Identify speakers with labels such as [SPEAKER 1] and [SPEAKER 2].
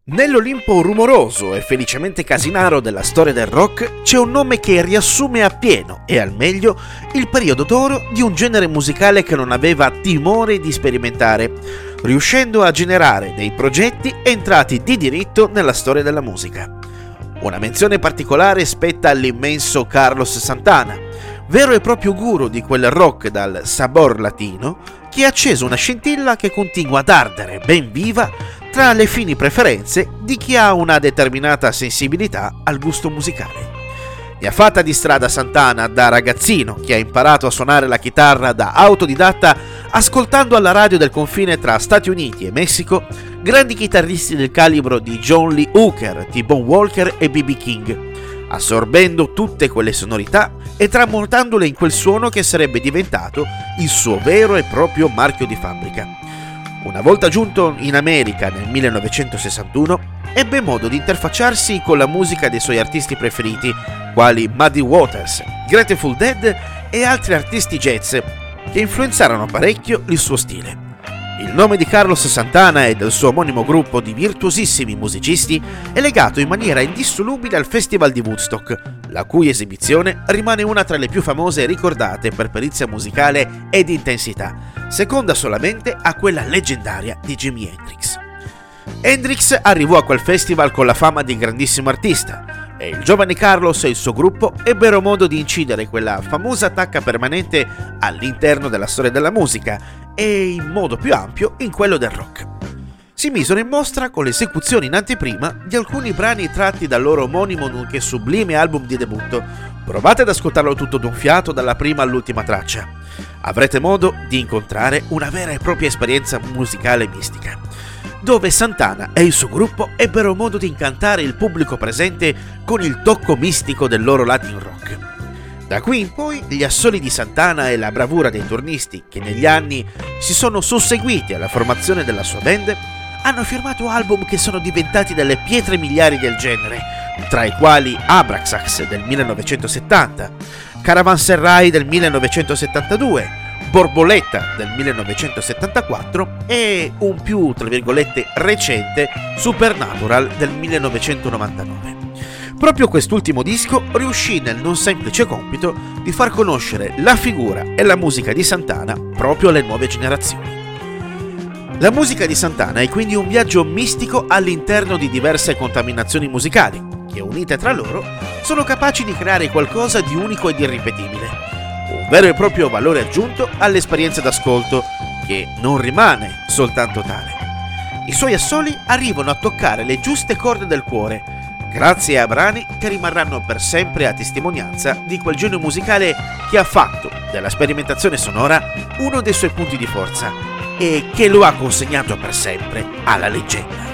[SPEAKER 1] Nell'Olimpo rumoroso e felicemente casinaro della storia del rock c'è un nome che riassume appieno e al meglio il periodo d'oro di un genere musicale che non aveva timore di sperimentare, riuscendo a generare dei progetti entrati di diritto nella storia della musica. Una menzione particolare spetta all'immenso Carlos Santana, vero e proprio guru di quel rock dal sabor latino che ha acceso una scintilla che continua ad ardere ben viva tra le fini preferenze di chi ha una determinata sensibilità al gusto musicale. Ne ha fatta di strada Santana da ragazzino che ha imparato a suonare la chitarra da autodidatta ascoltando alla radio del confine tra Stati Uniti e Messico grandi chitarristi del calibro di John Lee Hooker, T-Bone Walker e B.B. King, assorbendo tutte quelle sonorità e tramutandole in quel suono che sarebbe diventato il suo vero e proprio marchio di fabbrica. Una volta giunto in America nel 1961, ebbe modo di interfacciarsi con la musica dei suoi artisti preferiti, quali Muddy Waters, Grateful Dead e altri artisti jazz, che influenzarono parecchio il suo stile. Il nome di Carlos Santana e del suo omonimo gruppo di virtuosissimi musicisti è legato in maniera indissolubile al Festival di Woodstock, la cui esibizione rimane una tra le più famose e ricordate per perizia musicale ed intensità, seconda solamente a quella leggendaria di Jimi Hendrix. Hendrix arrivò a quel festival con la fama di grandissimo artista e il giovane Carlos e il suo gruppo ebbero modo di incidere quella famosa tacca permanente all'interno della storia della musica e in modo più ampio in quello del rock. Si misero in mostra con l'esecuzione in anteprima di alcuni brani tratti dal loro omonimo nonché sublime album di debutto. Provate ad ascoltarlo tutto d'un fiato dalla prima all'ultima traccia. Avrete modo di incontrare una vera e propria esperienza musicale mistica, dove Santana e il suo gruppo ebbero modo di incantare il pubblico presente con il tocco mistico del loro Latin rock. Da qui in poi gli assoli di Santana e la bravura dei turnisti che negli anni si sono susseguiti alla formazione della sua band hanno firmato album che sono diventati delle pietre miliari del genere, tra i quali Abraxas del 1970, Caravanserai del 1972, Borboleta del 1974 e un più, tra virgolette, recente Supernatural del 1999. Proprio quest'ultimo disco riuscì nel non semplice compito di far conoscere la figura e la musica di Santana proprio alle nuove generazioni. La musica di Santana è quindi un viaggio mistico all'interno di diverse contaminazioni musicali, che unite tra loro sono capaci di creare qualcosa di unico ed irripetibile, un vero e proprio valore aggiunto all'esperienza d'ascolto, che non rimane soltanto tale. I suoi assoli arrivano a toccare le giuste corde del cuore, grazie a brani che rimarranno per sempre a testimonianza di quel genio musicale che ha fatto della sperimentazione sonora uno dei suoi punti di forza e che lo ha consegnato per sempre alla leggenda.